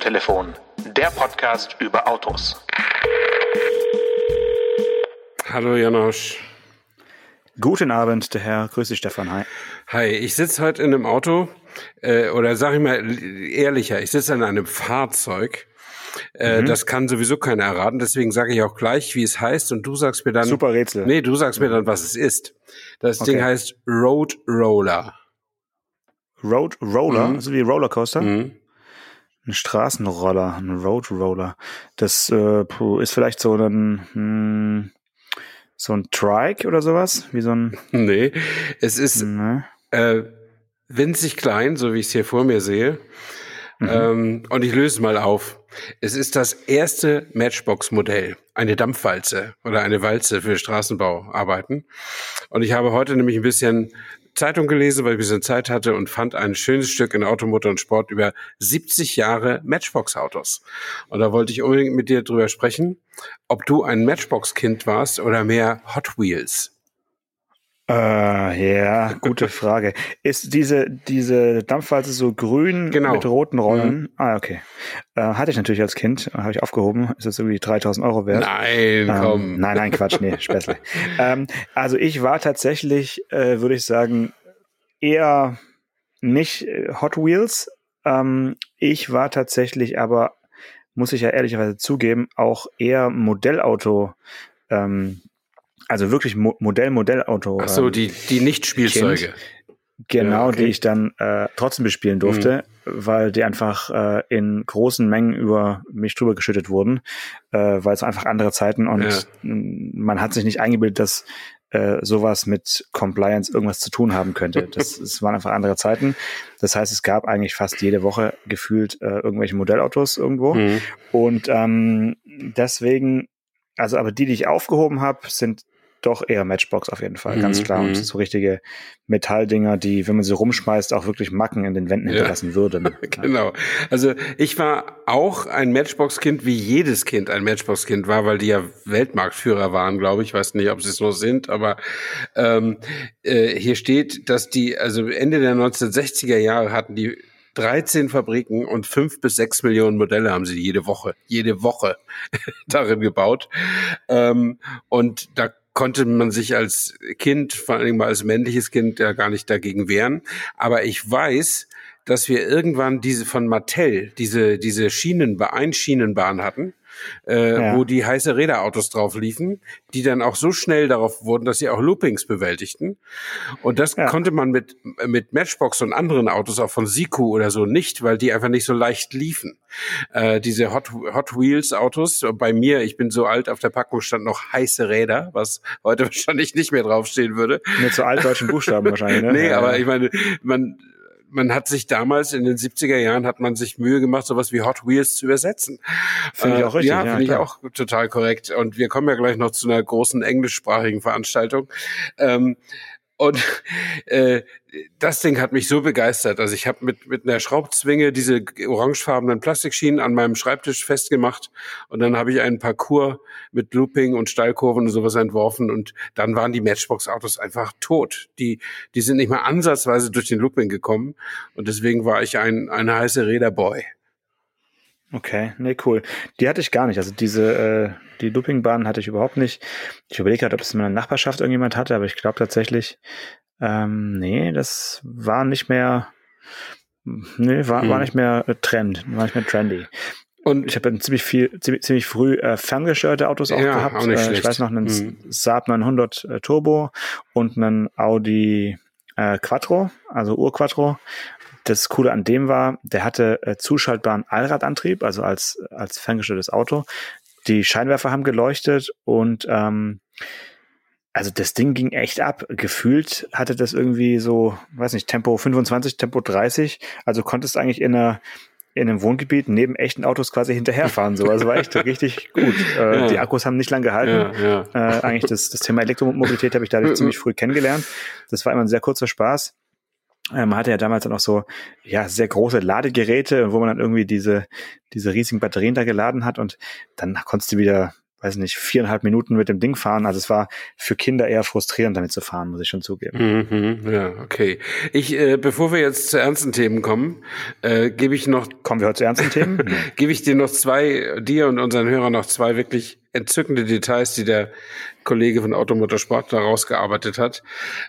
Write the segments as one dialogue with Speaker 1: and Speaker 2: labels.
Speaker 1: Autotelefon, der Podcast über Autos.
Speaker 2: Hallo Janosch.
Speaker 3: Guten Abend, der Herr. Grüß dich, Stefan. Hi.
Speaker 2: Hi, ich sitze heute in einem Auto, oder sag ich mal ehrlicher, ich sitze in einem Fahrzeug. Das kann sowieso keiner erraten, deswegen sage ich auch gleich, wie es heißt, und du sagst mir dann...
Speaker 3: Super Rätsel.
Speaker 2: Nee, du sagst mir dann, was es ist. Das Ding heißt Road Roller.
Speaker 3: Road Roller? Also wie Rollercoaster?
Speaker 2: Mhm.
Speaker 3: Ein Straßenroller, ein Road Roller. Das ist vielleicht so ein Trike oder sowas? Wie so ein...
Speaker 2: Nee, es ist winzig klein, so wie ich es hier vor mir sehe. Und ich löse es mal auf. Es ist das erste Matchbox-Modell, eine Dampfwalze oder eine Walze für Straßenbauarbeiten. Und ich habe heute nämlich ein bisschen Zeitung gelesen, weil ich ein bisschen Zeit hatte und fand ein schönes Stück in Automotor und Sport über 70 Jahre Matchbox-Autos. Und da wollte ich unbedingt mit dir drüber sprechen, ob du ein Matchbox-Kind warst oder mehr Hot Wheels.
Speaker 3: Ja, gute Frage. Ist diese Dampfwalze so grün mit roten Rollen? Okay. Hatte ich natürlich als Kind, habe ich aufgehoben. Ist das irgendwie 3.000 € wert?
Speaker 2: Nein, komm.
Speaker 3: Nein, Quatsch, nee, Späßle. Also ich war tatsächlich, würde ich sagen, eher nicht Hot Wheels. Ich war tatsächlich aber, muss ich ja ehrlicherweise zugeben, auch eher Modellauto, also wirklich Modellauto.
Speaker 2: Ach so, die Nicht-Spielzeuge.
Speaker 3: Genau,
Speaker 2: ja, okay.
Speaker 3: Die ich dann trotzdem bespielen durfte, weil die einfach in großen Mengen über mich drüber geschüttet wurden, weil es einfach andere Zeiten und man hat sich nicht eingebildet, dass sowas mit Compliance irgendwas zu tun haben könnte. Es waren einfach andere Zeiten. Das heißt, es gab eigentlich fast jede Woche gefühlt irgendwelche Modellautos irgendwo. Und deswegen, also aber die ich aufgehoben habe, sind doch eher Matchbox auf jeden Fall, ganz klar. Und so richtige Metalldinger, die, wenn man sie rumschmeißt, auch wirklich Macken in den Wänden hinterlassen würden.
Speaker 2: Genau. Also ich war auch ein Matchbox-Kind, wie jedes Kind ein Matchbox-Kind war, weil die ja Weltmarktführer waren, glaube ich. Ich weiß nicht, ob sie es noch sind, aber hier steht, dass die, also Ende der 1960er Jahre hatten die 13 Fabriken und 5 bis 6 Millionen Modelle haben sie jede Woche darin gebaut. Und da konnte man sich als Kind, vor allem mal als männliches Kind, ja gar nicht dagegen wehren. Aber ich weiß, dass wir irgendwann diese von Mattel, diese Einschienenbahn hatten, wo die heiße Räderautos drauf liefen, die dann auch so schnell darauf wurden, dass sie auch Loopings bewältigten. Und das konnte man mit Matchbox und anderen Autos, auch von Siku oder so, nicht, weil die einfach nicht so leicht liefen. Diese Hot Wheels Autos, bei mir, ich bin so alt, auf der Packung stand noch heiße Räder, was heute wahrscheinlich nicht mehr draufstehen würde.
Speaker 3: Mit so altdeutschen Buchstaben wahrscheinlich, ne?
Speaker 2: Nee, aber ich meine, man hat sich damals in den 70er Jahren hat man sich Mühe gemacht, sowas wie Hot Wheels zu übersetzen.
Speaker 3: Finde ich auch richtig.
Speaker 2: Ja, finde ich auch total korrekt. Und wir kommen ja gleich noch zu einer großen englischsprachigen Veranstaltung. Und das Ding hat mich so begeistert. Also ich habe mit einer Schraubzwinge diese orangefarbenen Plastikschienen an meinem Schreibtisch festgemacht und dann habe ich einen Parcours mit Looping und Steilkurven und sowas entworfen und dann waren die Matchbox-Autos einfach tot. Die sind nicht mal ansatzweise durch den Looping gekommen und deswegen war ich ein heißer Räderboy.
Speaker 3: Okay, nee, cool. Die hatte ich gar nicht. Also die Loopingbahn hatte ich überhaupt nicht. Ich überlege gerade, ob es in meiner Nachbarschaft irgendjemand hatte, aber ich glaube tatsächlich, nee, das war nicht mehr, war nicht mehr Trend, war nicht mehr trendy. Und ich habe dann ziemlich früh ferngesteuerte Autos auch gehabt.
Speaker 2: Auch nicht schlecht.
Speaker 3: Ich weiß noch, einen Saab 900 Turbo und einen Audi Quattro, also Ur-Quattro. Das Coole an dem war, der hatte zuschaltbaren Allradantrieb, also als ferngesteuertes Auto. Die Scheinwerfer haben geleuchtet und also das Ding ging echt ab. Gefühlt hatte das irgendwie so, weiß nicht, Tempo 25, Tempo 30. Also konntest eigentlich in einem Wohngebiet neben echten Autos quasi hinterherfahren. So. Also war echt richtig gut. Die Akkus haben nicht lang gehalten. Eigentlich das Thema Elektromobilität habe ich dadurch ziemlich früh kennengelernt. Das war immer ein sehr kurzer Spaß. Man hatte ja damals dann auch so, sehr große Ladegeräte, wo man dann irgendwie diese riesigen Batterien da geladen hat und dann konntest du wieder weiß nicht, 4,5 Minuten mit dem Ding fahren. Also es war für Kinder eher frustrierend, damit zu fahren, muss ich schon zugeben.
Speaker 2: Ja, okay. Bevor wir jetzt zu ernsten Themen kommen,
Speaker 3: Kommen wir heute zu ernsten Themen?
Speaker 2: gebe ich dir und unseren Hörern noch zwei wirklich entzückende Details, die der Kollege von Automotorsport da rausgearbeitet hat.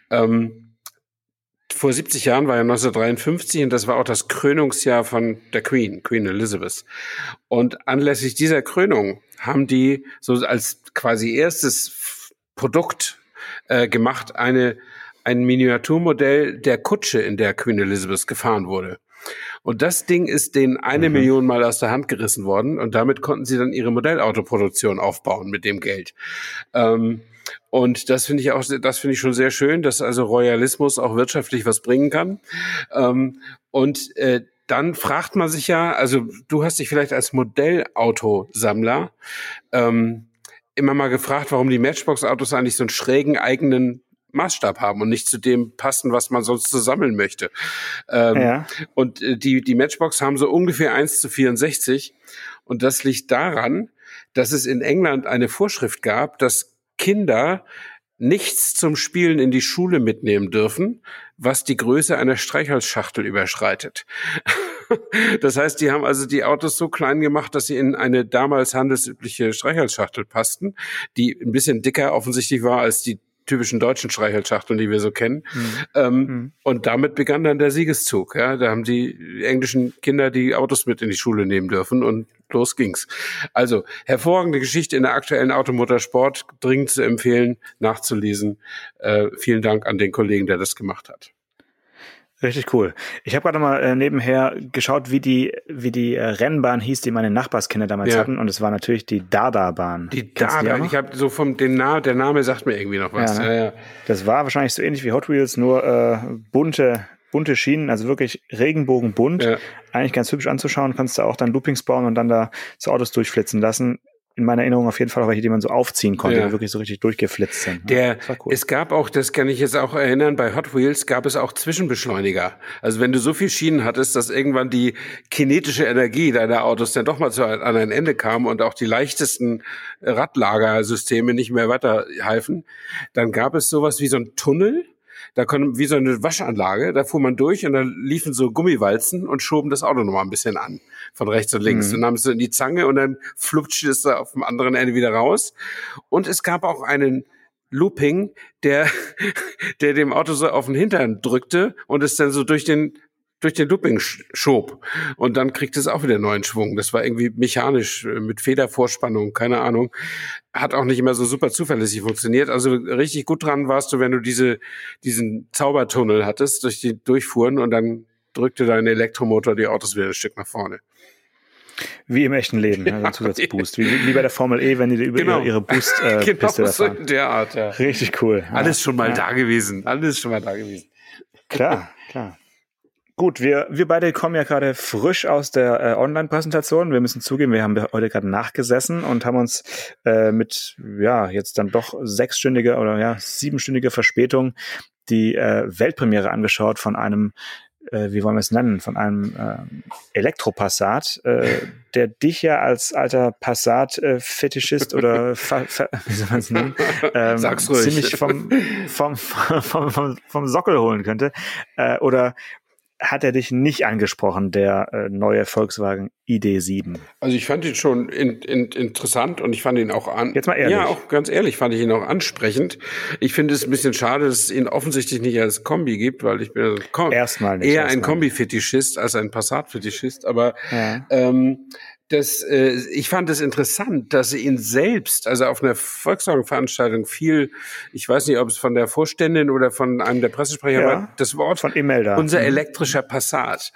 Speaker 2: Vor 70 Jahren war ja 1953 und das war auch das Krönungsjahr von der Queen Elizabeth. Und anlässlich dieser Krönung haben die so als quasi erstes Produkt gemacht, ein Miniaturmodell der Kutsche, in der Queen Elizabeth gefahren wurde. Und das Ding ist denen 1 Million Mal aus der Hand gerissen worden und damit konnten sie dann ihre Modellautoproduktion aufbauen mit dem Geld. Und das finde ich schon sehr schön, dass also Royalismus auch wirtschaftlich was bringen kann. Dann fragt man sich ja, also du hast dich vielleicht als Modellautosammler immer mal gefragt, warum die Matchbox-Autos eigentlich so einen schrägen eigenen Maßstab haben und nicht zu dem passen, was man sonst so sammeln möchte. Und die Matchbox haben so ungefähr 1:64 und das liegt daran, dass es in England eine Vorschrift gab, dass Kinder nichts zum Spielen in die Schule mitnehmen dürfen, was die Größe einer Streichholzschachtel überschreitet. Das heißt, die haben also die Autos so klein gemacht, dass sie in eine damals handelsübliche Streichholzschachtel passten, die ein bisschen dicker offensichtlich war als die typischen deutschen Streichholzschachteln, die wir so kennen. Und damit begann dann der Siegeszug. Ja, da haben die englischen Kinder die Autos mit in die Schule nehmen dürfen und los ging's. Also, hervorragende Geschichte in der aktuellen Automotorsport, dringend zu empfehlen, nachzulesen. Vielen Dank an den Kollegen, der das gemacht hat.
Speaker 3: Richtig cool. Ich habe gerade mal nebenher geschaut, wie die Rennbahn hieß, die meine Nachbarskinder damals hatten. Und es war natürlich die Dada-Bahn.
Speaker 2: Die Dada. Ich habe so der Name sagt mir irgendwie noch was.
Speaker 3: Ja, ne? Ja. Das war wahrscheinlich so ähnlich wie Hot Wheels, nur bunte Schienen, also wirklich regenbogenbunt. Ja. Eigentlich ganz hübsch anzuschauen. Kannst du auch dann Loopings bauen und dann da so Autos durchflitzen lassen. In meiner Erinnerung auf jeden Fall auch welche, die man so aufziehen konnte, die wirklich so richtig durchgeflitzt sind. Das war cool.
Speaker 2: Es gab auch, das kann ich jetzt auch erinnern, bei Hot Wheels gab es auch Zwischenbeschleuniger. Also wenn du so viel Schienen hattest, dass irgendwann die kinetische Energie deiner Autos dann doch mal an ein Ende kam und auch die leichtesten Radlagersysteme nicht mehr weiterhalfen, dann gab es sowas wie so ein Tunnel, wie so eine Waschanlage, da fuhr man durch und da liefen so Gummiwalzen und schoben das Auto nochmal ein bisschen an, von rechts und links. Und dann haben sie in die Zange und dann flutschte es da auf dem anderen Ende wieder raus. Und es gab auch einen Looping, der dem Auto so auf den Hintern drückte und es dann so durch den Looping schob. Und dann kriegte es auch wieder neuen Schwung. Das war irgendwie mechanisch, mit Federvorspannung, keine Ahnung. Hat auch nicht immer so super zuverlässig funktioniert. Also richtig gut dran warst du, wenn du diesen Zaubertunnel hattest, durch die durchfuhren und dann drückte dein Elektromotor die Autos wieder ein Stück nach vorne.
Speaker 3: Wie im echten Leben, also ein Zusatzboost. Wie bei der Formel E, wenn die über ihre Boost-Piste
Speaker 2: genau so in der Art, ja.
Speaker 3: Richtig cool.
Speaker 2: Alles schon mal da gewesen.
Speaker 3: Klar. Gut, wir beide kommen ja gerade frisch aus der Online-Präsentation. Wir müssen zugeben, wir haben heute gerade nachgesessen und haben uns mit jetzt dann doch 6-stündige oder 7-stündige Verspätung die Weltpremiere angeschaut von einem, wie wollen wir es nennen, von einem Elektropassat, der dich ja als alter Passat-Fetischist oder wie soll man es nennen,
Speaker 2: Sag's ruhig.
Speaker 3: Ziemlich vom Sockel holen könnte. Oder hat er dich nicht angesprochen, der neue Volkswagen ID.7?
Speaker 2: Also ich fand ihn schon interessant und ich fand ihn auch
Speaker 3: Jetzt mal ehrlich.
Speaker 2: Ja, auch ganz ehrlich, fand ich ihn auch ansprechend. Ich finde es ein bisschen schade, dass es ihn offensichtlich nicht als Kombi gibt, weil ich bin eher ein Kombi-Fetischist als ein Passat-Fetischist, aber ich fand es interessant, dass sie ihn selbst, also auf einer Volkswagen-Veranstaltung ich weiß nicht, ob es von der Vorständin oder von einem der Pressesprecher war, das Wort
Speaker 3: von Imelda.
Speaker 2: Unser elektrischer Passat.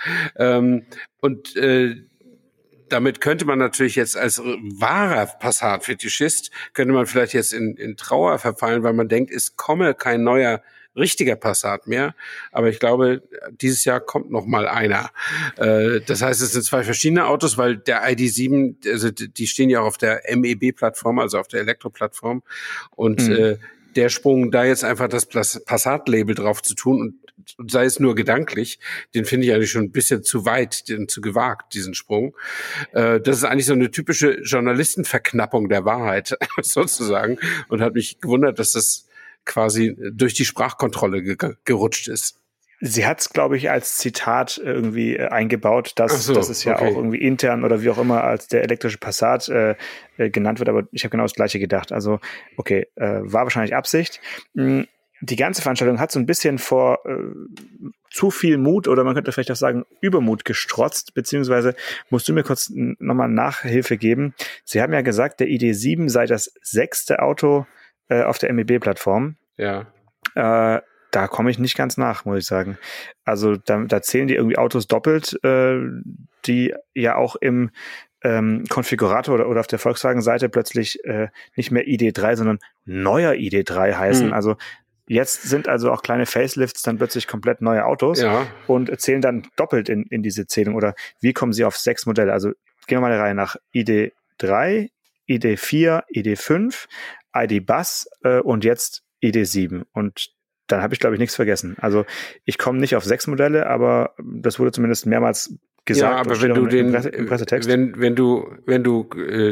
Speaker 2: Damit könnte man natürlich jetzt als wahrer Passat-Fetischist, könnte man vielleicht jetzt in Trauer verfallen, weil man denkt, es komme kein neuer richtiger Passat mehr, aber ich glaube, dieses Jahr kommt noch mal einer. Das heißt, es sind 2 verschiedene Autos, weil der ID.7, also die stehen ja auch auf der MEB-Plattform, also auf der Elektroplattform und der Sprung, da jetzt einfach das Passat-Label drauf zu tun und sei es nur gedanklich, den finde ich eigentlich schon ein bisschen zu weit, zu gewagt, diesen Sprung. Das ist eigentlich so eine typische Journalistenverknappung der Wahrheit sozusagen und hat mich gewundert, dass das quasi durch die Sprachkontrolle gerutscht ist.
Speaker 3: Sie hat es, glaube ich, als Zitat irgendwie eingebaut, dass es ja auch irgendwie intern oder wie auch immer als der elektrische Passat genannt wird, aber ich habe genau das Gleiche gedacht. Also, okay, war wahrscheinlich Absicht. Die ganze Veranstaltung hat so ein bisschen vor zu viel Mut oder man könnte vielleicht auch sagen Übermut gestrotzt, beziehungsweise musst du mir kurz nochmal Nachhilfe geben. Sie haben ja gesagt, der ID.7 sei das 6. Auto auf der MEB-Plattform.
Speaker 2: Ja.
Speaker 3: Da komme ich nicht ganz nach, muss ich sagen. Also da zählen die irgendwie Autos doppelt, die ja auch im Konfigurator oder auf der Volkswagen-Seite plötzlich nicht mehr ID.3, sondern neuer ID.3 heißen. Also jetzt sind also auch kleine Facelifts dann plötzlich komplett neue Autos und zählen dann doppelt in diese Zählung. Oder wie kommen sie auf 6 Modelle? Also gehen wir mal der Reihe nach. ID.3, ID.4, ID.5, ID.Buzz und jetzt ID.7. Und dann habe ich, glaube ich, nichts vergessen. Also ich komme nicht auf 6 Modelle, aber das wurde zumindest mehrmals gesagt.
Speaker 2: Ja, aber wenn du
Speaker 3: im Pressetext.
Speaker 2: wenn du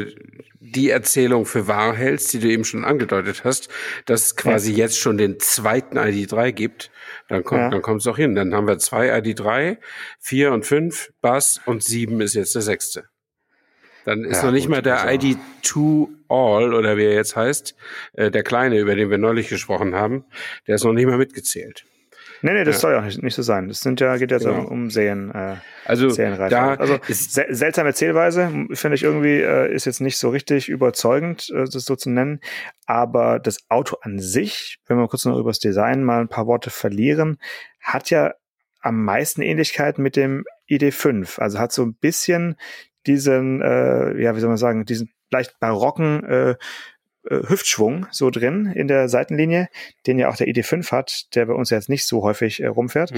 Speaker 2: die Erzählung für wahr hältst, die du eben schon angedeutet hast, dass es quasi jetzt schon den zweiten ID.3 gibt, dann kommt es auch hin. Dann haben wir 2 ID.3, 4 und 5, Buzz und 7 ist jetzt der 6. Dann ist noch nicht mal der ID.2 All oder wie er jetzt heißt, der Kleine, über den wir neulich gesprochen haben, der ist noch nicht mal mitgezählt.
Speaker 3: Nee, das soll ja auch nicht so sein. Das geht jetzt um Serienreife.
Speaker 2: Da
Speaker 3: also seltsame Zählweise, finde ich irgendwie, ist jetzt nicht so richtig überzeugend, das so zu nennen. Aber das Auto an sich, wenn wir kurz noch über das Design mal ein paar Worte verlieren, hat ja am meisten Ähnlichkeit mit dem ID.5. Also hat so ein bisschen diesen, wie soll man sagen, diesen leicht barocken Hüftschwung so drin in der Seitenlinie, den ja auch der ID.5 hat, der bei uns jetzt nicht so häufig rumfährt.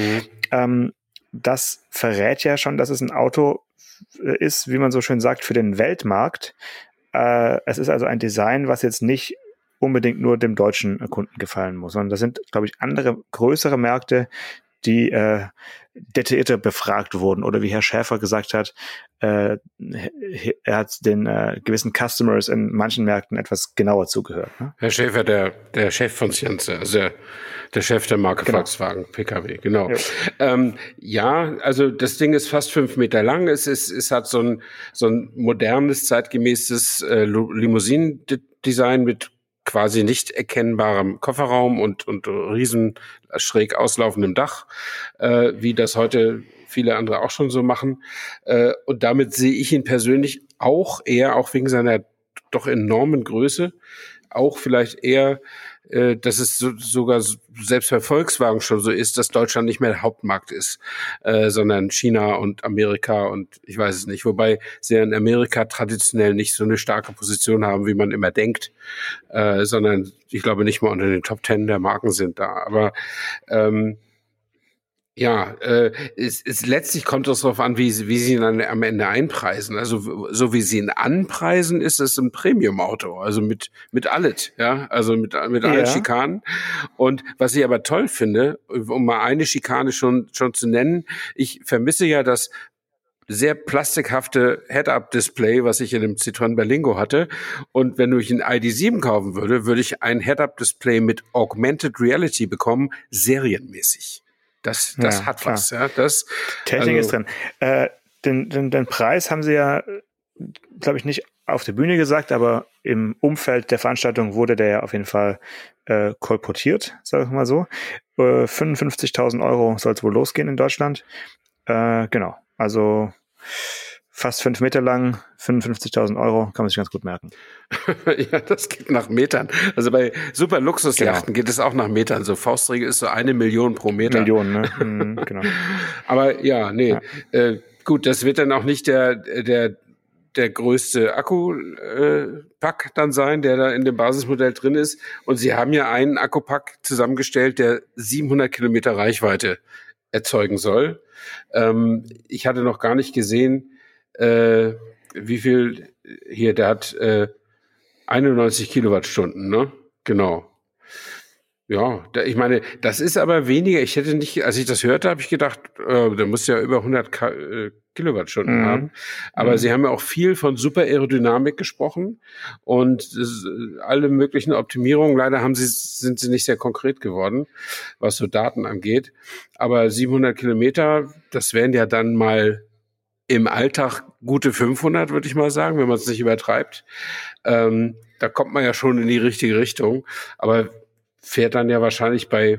Speaker 3: Das verrät ja schon, dass es ein Auto ist, wie man so schön sagt, für den Weltmarkt. Es ist also ein Design, was jetzt nicht unbedingt nur dem deutschen Kunden gefallen muss, sondern das sind, glaube ich, andere größere Märkte, die detaillierter befragt wurden. Oder wie Herr Schäfer gesagt hat, er hat den gewissen Customers in manchen Märkten etwas genauer zugehört. Ne?
Speaker 2: Herr Schäfer, der Chef von Sienze, also der Chef der Marke Volkswagen PKW, genau. Also das Ding ist fast 5 Meter lang. Es hat so ein modernes, zeitgemäßes Limousinen-Design mit quasi nicht erkennbarem Kofferraum und riesen schräg auslaufendem Dach, wie das heute viele andere auch schon so machen. Und damit sehe ich ihn persönlich auch wegen seiner doch enormen Größe, auch vielleicht eher, dass es sogar selbst bei Volkswagen schon so ist, dass Deutschland nicht mehr der Hauptmarkt ist, sondern China und Amerika und ich weiß es nicht. Wobei sie in Amerika traditionell nicht so eine starke Position haben, wie man immer denkt, sondern ich glaube nicht mal unter den Top 10 der Marken sind da. Aber letztlich kommt es darauf an, wie sie ihn am Ende einpreisen. Also so wie sie ihn anpreisen, ist es ein Premium-Auto, also mit alles, ja, also mit allen Schikanen. Und was ich aber toll finde, um mal eine Schikane schon zu nennen, ich vermisse ja das sehr plastikhafte Head-Up-Display, was ich in dem Citroën Berlingo hatte. Und wenn ich einen ID.7 kaufen würde ich ein Head-Up-Display mit Augmented Reality bekommen, serienmäßig. Das hat klar. Was. Ja,
Speaker 3: Technik ist drin. Den Preis haben sie ja, glaube ich, nicht auf der Bühne gesagt, aber im Umfeld der Veranstaltung wurde der ja auf jeden Fall kolportiert, sage ich mal so. 55.000 Euro soll es wohl losgehen in Deutschland. Genau, also fast 5 Meter lang, 55.000 Euro, kann man sich ganz gut merken.
Speaker 2: Ja, das geht nach Metern. Also bei super Luxusjachten geht es auch nach Metern. So Faustregel ist so 1 Million pro Meter.
Speaker 3: Millionen, ne? Genau.
Speaker 2: Aber gut, das wird dann auch nicht der größte Akkupack dann sein, der da in dem Basismodell drin ist. Und sie haben ja einen Akkupack zusammengestellt, der 700 Kilometer Reichweite erzeugen soll. Ich hatte noch gar nicht gesehen, wie viel hier, der hat 91 Kilowattstunden, ne? Genau. Ja, ich meine, das ist aber weniger. Ich hätte nicht, als ich das hörte, habe ich gedacht, der muss ja über 100 Kilowattstunden haben. Aber Sie haben ja auch viel von super Aerodynamik gesprochen und alle möglichen Optimierungen. Leider sind sie nicht sehr konkret geworden, was so Daten angeht. Aber 700 Kilometer, das wären ja dann mal im Alltag gute 500, würde ich mal sagen, wenn man es nicht übertreibt. Da kommt man ja schon in die richtige Richtung. Aber fährt dann ja wahrscheinlich bei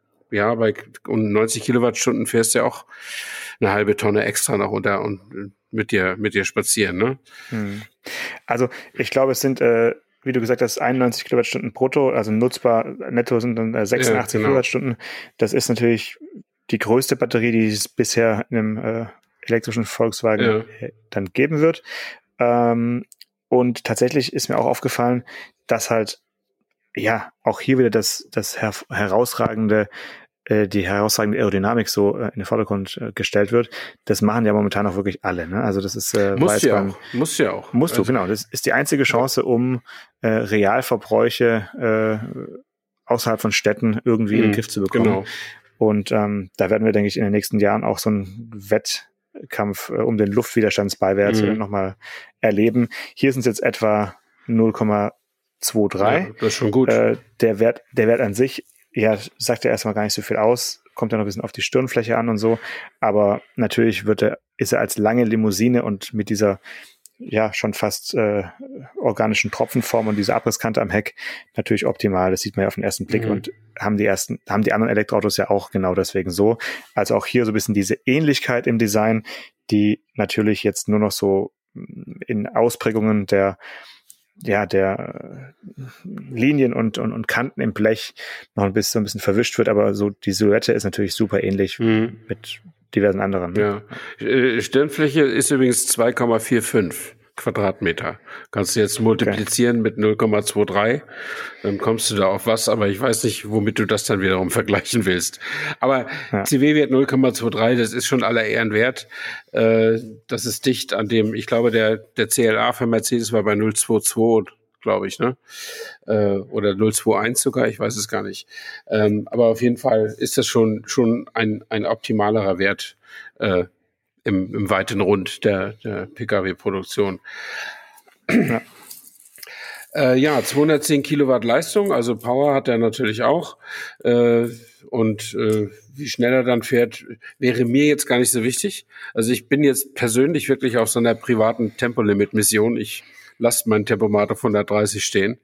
Speaker 2: 90 Kilowattstunden fährst du ja auch eine halbe Tonne extra noch unter und mit dir spazieren, ne?
Speaker 3: Also ich glaube, es sind, wie du gesagt hast, 91 Kilowattstunden brutto, also nutzbar, netto sind dann 86 Kilowattstunden. Das ist natürlich die größte Batterie, die es bisher in einem elektrischen Volkswagen dann geben wird. Und tatsächlich ist mir auch aufgefallen, dass halt auch hier wieder die herausragende Aerodynamik so in den Vordergrund gestellt wird. Das machen ja momentan auch wirklich alle. Ne? Also das ist
Speaker 2: Musst du auch.
Speaker 3: Musst du, genau. Das ist die einzige Chance, um Realverbräuche außerhalb von Städten irgendwie in den Griff zu bekommen. Genau. Und da werden wir, denke ich, in den nächsten Jahren auch so einen Wettkampf um den Luftwiderstandsbeiwert nochmal erleben. Hier sind es jetzt etwa 0,23. Ja,
Speaker 2: das ist schon gut.
Speaker 3: Der Wert an sich, sagt ja erstmal gar nicht so viel aus, kommt ja noch ein bisschen auf die Stirnfläche an und so, aber natürlich ist er als lange Limousine und mit dieser schon fast organischen Tropfenform und dieser Abrisskante am Heck natürlich optimal. Das sieht man ja auf den ersten Blick und haben die anderen Elektroautos ja auch genau deswegen so. Also auch hier so ein bisschen diese Ähnlichkeit im Design, die natürlich jetzt nur noch so in Ausprägungen der Linien und Kanten im Blech noch so ein bisschen verwischt wird, aber so die Silhouette ist natürlich super ähnlich mit diversen anderen. Ne?
Speaker 2: Ja. Stirnfläche ist übrigens 2,45 Quadratmeter. Kannst du jetzt multiplizieren mit 0,23, dann kommst du da auf was, aber ich weiß nicht, womit du das dann wiederum vergleichen willst. Aber CW-Wert 0,23, das ist schon aller Ehren wert. Das ist dicht an dem, ich glaube, der CLA für Mercedes war bei 0,22, glaube ich, ne? Oder 0,21 sogar, ich weiß es gar nicht. Aber auf jeden Fall ist das schon ein optimalerer Wert im weiten Rund der Pkw-Produktion. Ja. 210 Kilowatt Leistung, also Power hat er natürlich auch. Und wie schnell er dann fährt, wäre mir jetzt gar nicht so wichtig. Also ich bin jetzt persönlich wirklich auf so einer privaten Tempolimit-Mission. Ich lasse meinen Tempomat auf 130 stehen.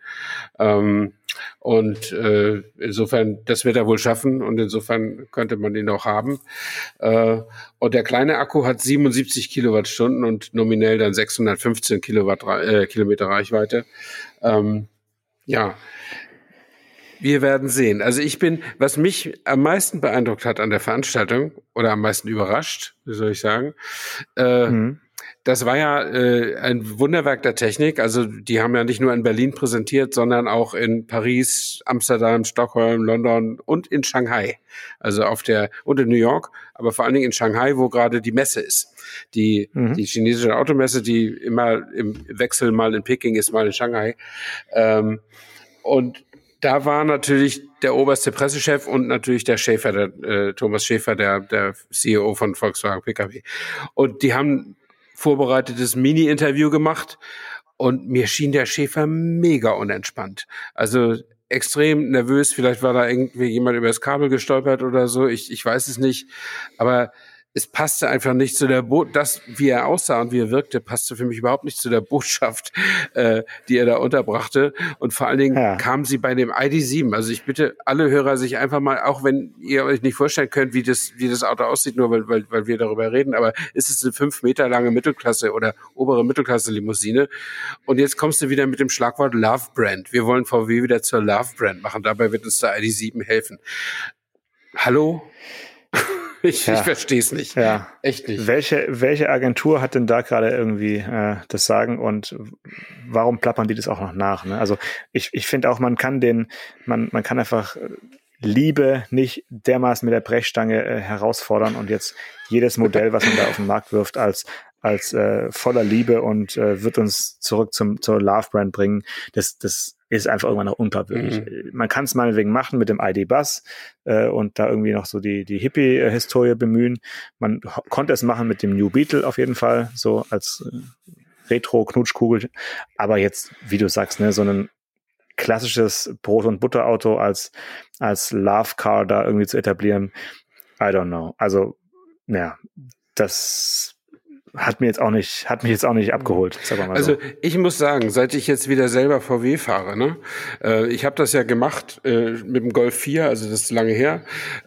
Speaker 2: Insofern, das wird er wohl schaffen und insofern könnte man ihn auch haben. Und der kleine Akku hat 77 Kilowattstunden und nominell dann 615 Kilometer Reichweite. Wir werden sehen. Also was mich am meisten beeindruckt hat an der Veranstaltung oder am meisten überrascht, wie soll ich sagen, das war ja ein Wunderwerk der Technik. Also die haben ja nicht nur in Berlin präsentiert, sondern auch in Paris, Amsterdam, Stockholm, London und in Shanghai. Also und in New York, aber vor allen Dingen in Shanghai, wo gerade die Messe ist. Die chinesische Automesse, die immer im Wechsel mal in Peking ist, mal in Shanghai. Und da war natürlich der oberste Pressechef und natürlich der Schäfer, der Thomas Schäfer, der CEO von Volkswagen Pkw. Und die haben vorbereitetes Mini-Interview gemacht und mir schien der Schäfer mega unentspannt. Also extrem nervös, vielleicht war da irgendwie jemand übers Kabel gestolpert oder so, ich weiß es nicht, aber es passte einfach nicht zu der wie er aussah und wie er wirkte, passte für mich überhaupt nicht zu der Botschaft, die er da unterbrachte. Und vor allen Dingen kam sie bei dem ID.7. Also ich bitte alle Hörer sich einfach mal, auch wenn ihr euch nicht vorstellen könnt, wie das Auto aussieht, nur weil wir darüber reden, aber ist es eine 5 Meter lange Mittelklasse oder obere Mittelklasse Limousine? Und jetzt kommst du wieder mit dem Schlagwort Love Brand. Wir wollen VW wieder zur Love Brand machen. Dabei wird uns der ID.7 helfen. Hallo? Ich verstehe es nicht.
Speaker 3: Ja.
Speaker 2: Echt nicht.
Speaker 3: Welche Agentur hat denn da gerade irgendwie das Sagen und warum plappern die das auch noch nach? Ne? Also ich finde auch, man kann einfach Liebe nicht dermaßen mit der Brechstange herausfordern und jetzt jedes Modell, was man da auf den Markt wirft, als als voller Liebe und wird uns zurück zur Love-Brand bringen. Das ist einfach irgendwann noch unglaubwürdig. Man kann es meinetwegen machen mit dem ID-Bus und da irgendwie noch so die Hippie-Historie bemühen. Man konnte es machen mit dem New Beetle auf jeden Fall, so als Retro-Knutschkugel. Aber jetzt, wie du sagst, ne, so ein klassisches Brot- und Butterauto als Love-Car da irgendwie zu etablieren, I don't know. Also, ja, das hat mich jetzt auch nicht abgeholt, sagen wir mal so.
Speaker 2: Also ich muss sagen, seit ich jetzt wieder selber VW fahre, ne, ich habe das ja gemacht mit dem Golf 4, also das ist lange her,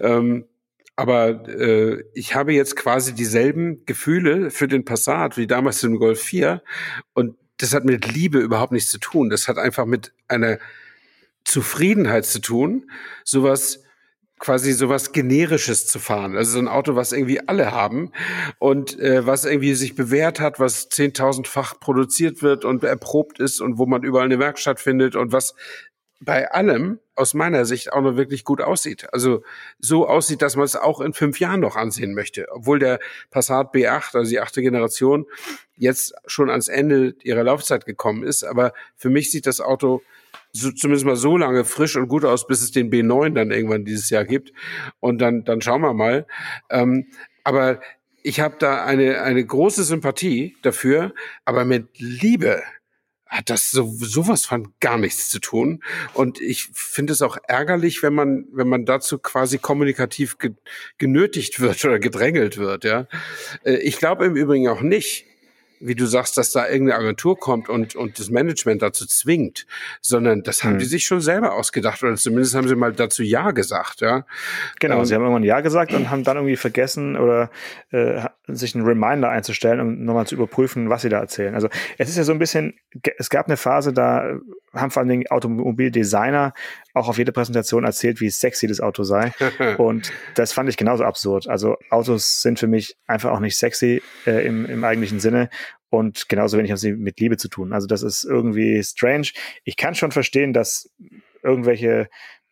Speaker 2: aber ich habe jetzt quasi dieselben Gefühle für den Passat wie damals im Golf 4 und das hat mit Liebe überhaupt nichts zu tun. Das hat einfach mit einer Zufriedenheit zu tun, sowas Generisches zu fahren. Also so ein Auto, was irgendwie alle haben und was irgendwie sich bewährt hat, was 10.000-fach produziert wird und erprobt ist und wo man überall eine Werkstatt findet und was bei allem aus meiner Sicht auch noch wirklich gut aussieht. Also so aussieht, dass man es auch in 5 Jahren noch ansehen möchte. Obwohl der Passat B8, also die 8. Generation, jetzt schon ans Ende ihrer Laufzeit gekommen ist. Aber für mich sieht das Auto zumindest mal so lange frisch und gut aus, bis es den B9 dann irgendwann dieses Jahr gibt. Und dann schauen wir mal. Aber ich habe da eine große Sympathie dafür, aber mit Liebe hat das sowas von gar nichts zu tun. Und ich finde es auch ärgerlich, wenn man dazu quasi kommunikativ genötigt wird oder gedrängelt wird, ja. Ich glaube im Übrigen auch nicht, wie du sagst, dass da irgendeine Agentur kommt und das Management dazu zwingt, sondern das haben die sich schon selber ausgedacht oder zumindest haben sie mal dazu Ja gesagt, ja.
Speaker 3: Genau, sie haben irgendwann Ja gesagt und haben dann irgendwie vergessen oder sich einen Reminder einzustellen, um nochmal zu überprüfen, was sie da erzählen. Also es ist ja so ein bisschen, es gab eine Phase, da haben vor allen Dingen Automobildesigner auch auf jede Präsentation erzählt, wie sexy das Auto sei. Und das fand ich genauso absurd. Also Autos sind für mich einfach auch nicht sexy im eigentlichen Sinne. Und genauso wenig haben sie mit Liebe zu tun. Also das ist irgendwie strange. Ich kann schon verstehen, dass irgendwelche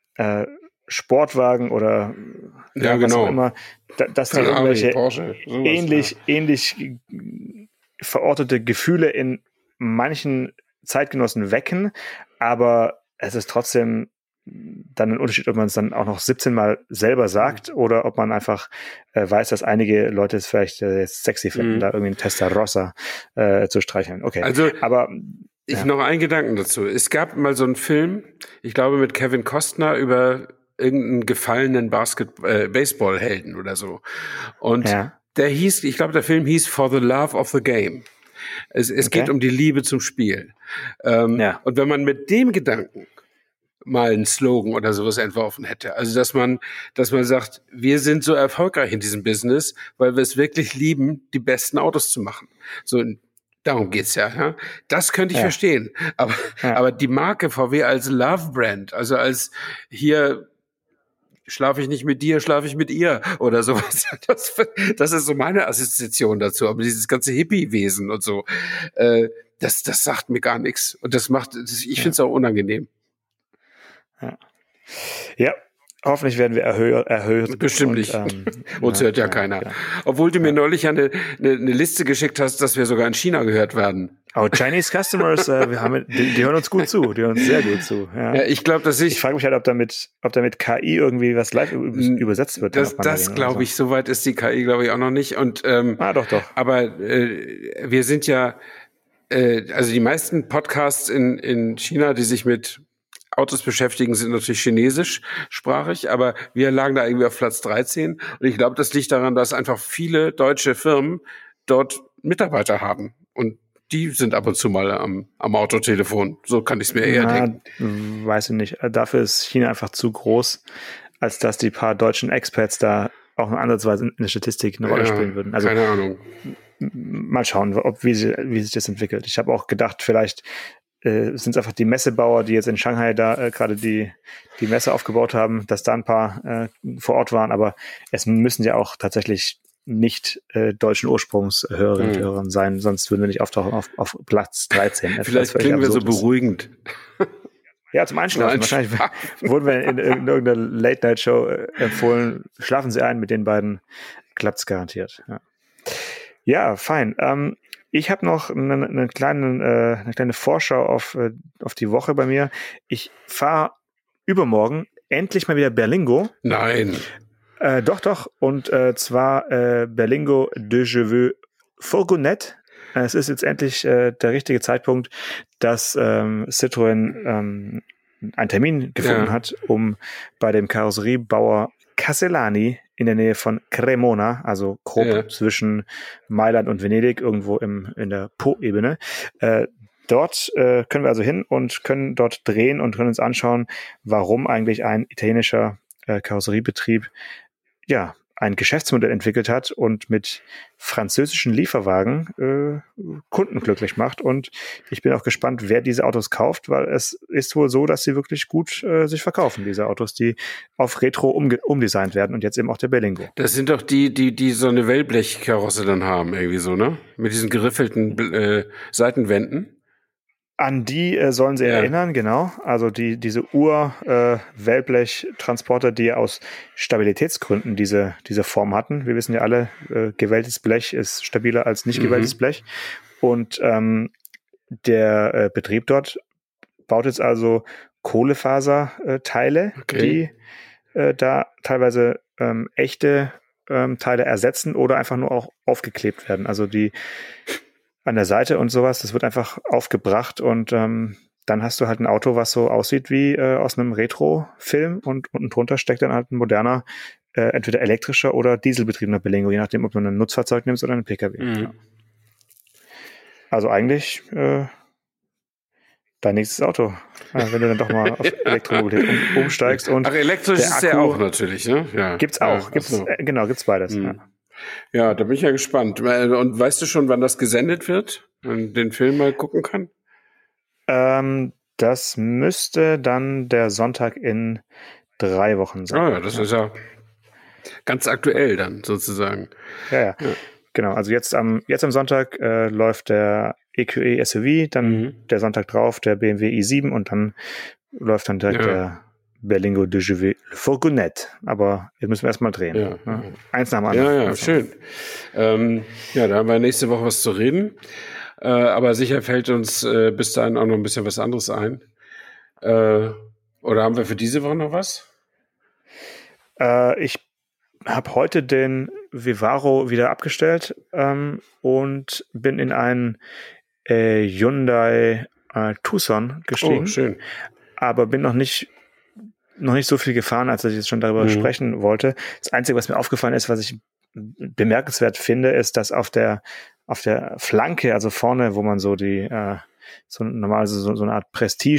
Speaker 3: Sportwagen oder
Speaker 2: ja,
Speaker 3: was
Speaker 2: genau.
Speaker 3: auch immer, dass die irgendwelche Porsche, sowas, ähnlich verortete Gefühle in manchen Zeitgenossen wecken, aber es ist trotzdem dann ein Unterschied, ob man es dann auch noch 17 Mal selber sagt oder ob man einfach weiß, dass einige Leute es vielleicht sexy finden, da irgendwie einen Testarossa zu streicheln. Okay,
Speaker 2: also
Speaker 3: aber
Speaker 2: noch einen Gedanken dazu. Es gab mal so einen Film, ich glaube mit Kevin Costner über irgendeinen gefallenen Baseball-Helden oder so. Und der hieß, ich glaube der Film hieß For the Love of the Game. Es geht um die Liebe zum Spiel. Und wenn man mit dem Gedanken mal einen Slogan oder sowas entworfen hätte. Also, dass man sagt, wir sind so erfolgreich in diesem Business, weil wir es wirklich lieben, die besten Autos zu machen. So, darum geht's ja. Das könnte ich verstehen. Aber die Marke VW als Love Brand, also als hier schlafe ich nicht mit dir, schlafe ich mit ihr oder sowas. Das ist so meine Assoziation dazu. Aber dieses ganze Hippie-Wesen und so, das sagt mir gar nichts. Und ich finde es auch unangenehm.
Speaker 3: Ja, hoffentlich werden wir erhöht.
Speaker 2: Bestimmt nicht. Uns hört ja keiner. Genau. Obwohl du mir neulich eine Liste geschickt hast, dass wir sogar in China gehört werden.
Speaker 3: Oh, Chinese Customers, die hören uns gut zu. Die hören uns sehr gut zu. Ja,
Speaker 2: ich glaube, ich
Speaker 3: frage mich halt, ob damit KI irgendwie was live übersetzt wird.
Speaker 2: Das glaube ich, soweit ist die KI, glaube ich, auch noch nicht. Und,
Speaker 3: doch. Aber
Speaker 2: wir sind ja, also die meisten Podcasts in China, die sich mit Autos beschäftigen, sind natürlich chinesischsprachig, aber wir lagen da irgendwie auf Platz 13. Und ich glaube, das liegt daran, dass einfach viele deutsche Firmen dort Mitarbeiter haben. Und die sind ab und zu mal am Autotelefon. So kann ich es mir eher denken.
Speaker 3: Weiß ich nicht. Dafür ist China einfach zu groß, als dass die paar deutschen Expats da auch ansatzweise in der Statistik eine Rolle spielen würden. Also,
Speaker 2: keine Ahnung.
Speaker 3: Mal schauen, wie sich das entwickelt. Ich habe auch gedacht, vielleicht sind es einfach die Messebauer, die jetzt in Shanghai da gerade die Messe aufgebaut haben, dass da ein paar vor Ort waren, aber es müssen ja auch tatsächlich nicht deutschen Ursprungs Hörerinnen und Hörer sein, sonst würden wir nicht auftauchen auf Platz 13.
Speaker 2: Vielleicht klingen wir so beruhigend.
Speaker 3: Ja, zum Einschlafen. Wahrscheinlich wurden wir in irgendeiner Late-Night-Show empfohlen, schlafen Sie ein, mit den beiden klappt's garantiert. Ja. Ja, fein. Ich habe noch eine kleine Vorschau auf die Woche bei mir. Ich fahre übermorgen endlich mal wieder Berlingo.
Speaker 2: Nein.
Speaker 3: Doch. Und zwar Berlingo de Cheveux Fourgonette. Es ist jetzt endlich der richtige Zeitpunkt, dass Citroën einen Termin gefunden hat, um bei dem Karosseriebauer Casellani in der Nähe von Cremona, also grob zwischen Mailand und Venedig, irgendwo in der Po-Ebene. Dort können wir also hin und können dort drehen und können uns anschauen, warum eigentlich ein italienischer Karosseriebetrieb ein Geschäftsmodell entwickelt hat und mit französischen Lieferwagen Kunden glücklich macht. Und ich bin auch gespannt, wer diese Autos kauft, weil es ist wohl so, dass sie wirklich gut sich verkaufen, diese Autos, die auf Retro umdesignt werden und jetzt eben auch der Berlingo.
Speaker 2: Das sind doch die so eine Wellblechkarosse dann haben, irgendwie so, ne? Mit diesen geriffelten Seitenwänden.
Speaker 3: An die sollen sie erinnern, genau. Also diese Wellblech-Transporter, die aus Stabilitätsgründen diese Form hatten. Wir wissen ja alle, gewelltes Blech ist stabiler als nicht gewelltes Blech. Und der Betrieb dort baut jetzt also Kohlefaserteile, die da teilweise echte Teile ersetzen oder einfach nur auch aufgeklebt werden. Also die an der Seite und sowas, das wird einfach aufgebracht und dann hast du halt ein Auto, was so aussieht wie aus einem Retro-Film und unten drunter steckt dann halt ein moderner, entweder elektrischer oder dieselbetriebener Berlingo, je nachdem, ob du ein Nutzfahrzeug nimmst oder einen PKW. Ja. Also eigentlich dein nächstes Auto, wenn du dann doch mal auf Elektromobilität umsteigst. Und
Speaker 2: ach, elektrisch ist ja auch natürlich, ne? Ja.
Speaker 3: Gibt's auch. Gibt's beides.
Speaker 2: Ja, da bin ich ja gespannt. Und weißt du schon, wann das gesendet wird? Und den Film mal gucken kann?
Speaker 3: Das müsste dann der Sonntag in 3 Wochen sein.
Speaker 2: Ah ja, das ist ja ganz aktuell dann sozusagen.
Speaker 3: Ja. Genau, also jetzt am Sonntag läuft der EQE SUV, dann der Sonntag drauf der BMW i7 und dann läuft dann direkt der Berlingo de Cheveux Fourgonette. Aber jetzt müssen wir erstmal drehen. Ja. Eins nach dem anderen.
Speaker 2: Ja, schön. Da haben wir nächste Woche was zu reden. Aber sicher fällt uns bis dahin auch noch ein bisschen was anderes ein. Oder haben wir für diese Woche noch was?
Speaker 3: Ich habe heute den Vivaro wieder abgestellt und bin in einen Hyundai Tucson gestiegen.
Speaker 2: Oh, schön.
Speaker 3: Aber bin noch nicht so viel gefahren, als ich jetzt schon darüber sprechen wollte. Das Einzige, was mir aufgefallen ist, was ich bemerkenswert finde, ist, dass auf der Flanke, also vorne, wo man so die so eine Art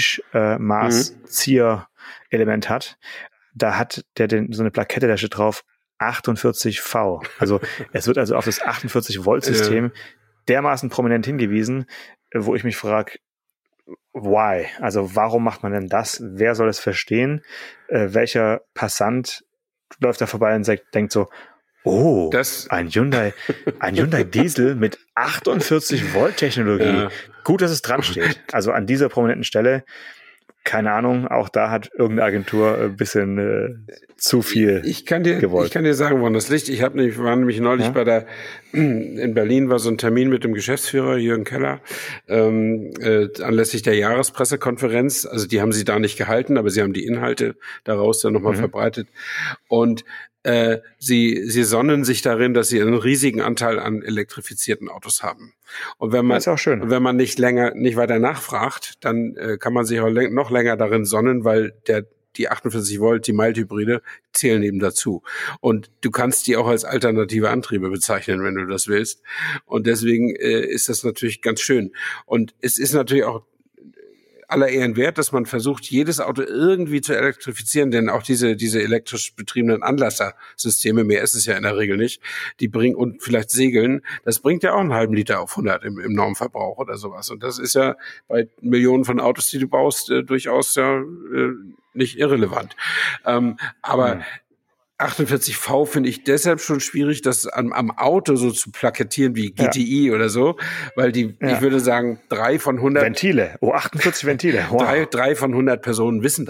Speaker 3: Prestige-Maßzieher-Element hat, da hat der so eine Plakette, da steht drauf 48V. Also es wird also auf das 48-Volt-System dermaßen prominent hingewiesen, wo ich mich frage, why? Also warum macht man denn das? Wer soll es verstehen? Welcher Passant läuft da vorbei und denkt so, oh, ein Hyundai Diesel mit 48 Volt Technologie. Ja. Gut, dass es dran steht. Also an dieser prominenten Stelle, keine Ahnung, auch da hat irgendeine Agentur ein bisschen zu viel gewollt.
Speaker 2: Ich kann dir sagen, woran das liegt. War nämlich neulich in Berlin war so ein Termin mit dem Geschäftsführer Jürgen Keller, anlässlich der Jahrespressekonferenz. Also die haben sie da nicht gehalten, aber sie haben die Inhalte daraus dann nochmal verbreitet. Und sie sonnen sich darin, dass sie einen riesigen Anteil an elektrifizierten Autos haben. Und wenn man,
Speaker 3: das ist auch schön.
Speaker 2: Wenn man nicht weiter nachfragt, dann kann man sich auch noch länger darin sonnen, weil die 48 Volt, die Mild-Hybride, zählen eben dazu. Und du kannst die auch als alternative Antriebe bezeichnen, wenn du das willst. Und deswegen ist das natürlich ganz schön. Und es ist natürlich auch aller Ehren wert, dass man versucht, jedes Auto irgendwie zu elektrifizieren, denn auch diese elektrisch betriebenen Anlassersysteme, mehr ist es ja in der Regel nicht, die bringen, und vielleicht Segeln, das bringt ja auch einen halben Liter auf 100 im Normverbrauch oder sowas. Und das ist ja bei Millionen von Autos, die du baust, durchaus nicht irrelevant. Aber 48V finde ich deshalb schon schwierig, das am Auto so zu plakettieren wie GTI oder so, weil ich würde sagen, 3 von 100
Speaker 3: Ventile, 48 Ventile. Wow.
Speaker 2: 3 von 100 Personen wissen das.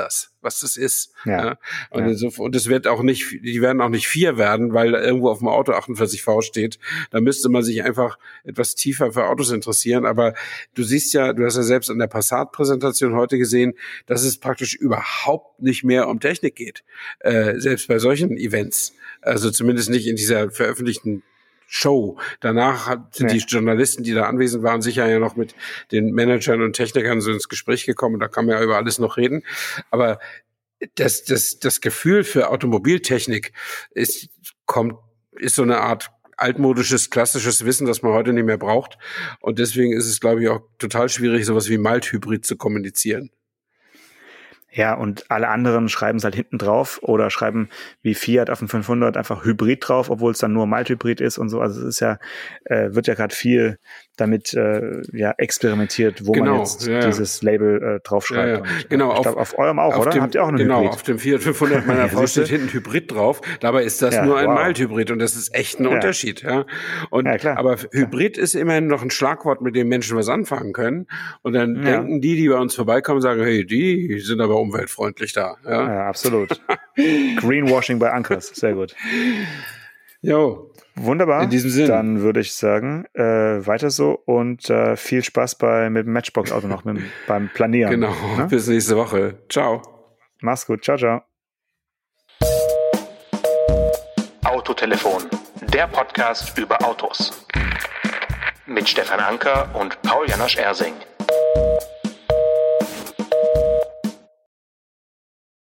Speaker 2: das ist.
Speaker 3: Ja.
Speaker 2: Und es wird auch nicht, die werden auch nicht 4 werden, weil irgendwo auf dem Auto 48V steht. Da müsste man sich einfach etwas tiefer für Autos interessieren. Aber du hast ja selbst an der Passat-Präsentation heute gesehen, dass es praktisch überhaupt nicht mehr um Technik geht. Selbst bei solchen Events. Also zumindest nicht in dieser veröffentlichten Show. Danach sind die Journalisten, die da anwesend waren, sicher ja noch mit den Managern und Technikern so ins Gespräch gekommen. Da kann man ja über alles noch reden. Aber das Gefühl für Automobiltechnik ist so eine Art altmodisches, klassisches Wissen, das man heute nicht mehr braucht. Und deswegen ist es, glaube ich, auch total schwierig, sowas wie Mild-Hybrid zu kommunizieren.
Speaker 3: Ja, und alle anderen schreiben es halt hinten drauf oder schreiben wie Fiat auf dem 500 einfach Hybrid drauf, obwohl es dann nur Mild-Hybrid ist und so. Also es ist ja, wird ja gerade viel damit experimentiert, wo man jetzt dieses Label draufschreibt.
Speaker 2: Ja. Genau.
Speaker 3: Ich glaube, auf eurem auch, oder? Habt ihr auch einen Hybrid?
Speaker 2: Genau, auf dem Fiat 500 meiner Frau steht hinten Hybrid drauf. Dabei ist das nur ein Mild-Hybrid und das ist echt ein Unterschied. Ja. Und, aber Hybrid ist immerhin noch ein Schlagwort, mit dem Menschen was anfangen können. Und dann denken die bei uns vorbeikommen, sagen, hey, die sind aber umweltfreundlich da.
Speaker 3: Ja, absolut. Greenwashing bei Ankers, sehr gut.
Speaker 2: Jo.
Speaker 3: Wunderbar.
Speaker 2: In diesem Sinne.
Speaker 3: Dann würde ich sagen, weiter so und viel Spaß mit dem Matchbox-Auto noch beim Planieren.
Speaker 2: Genau, ne? Bis nächste Woche. Ciao.
Speaker 3: Mach's gut. Ciao, ciao.
Speaker 1: Autotelefon, der Podcast über Autos. Mit Stefan Anker und Paul Janosch Ersing.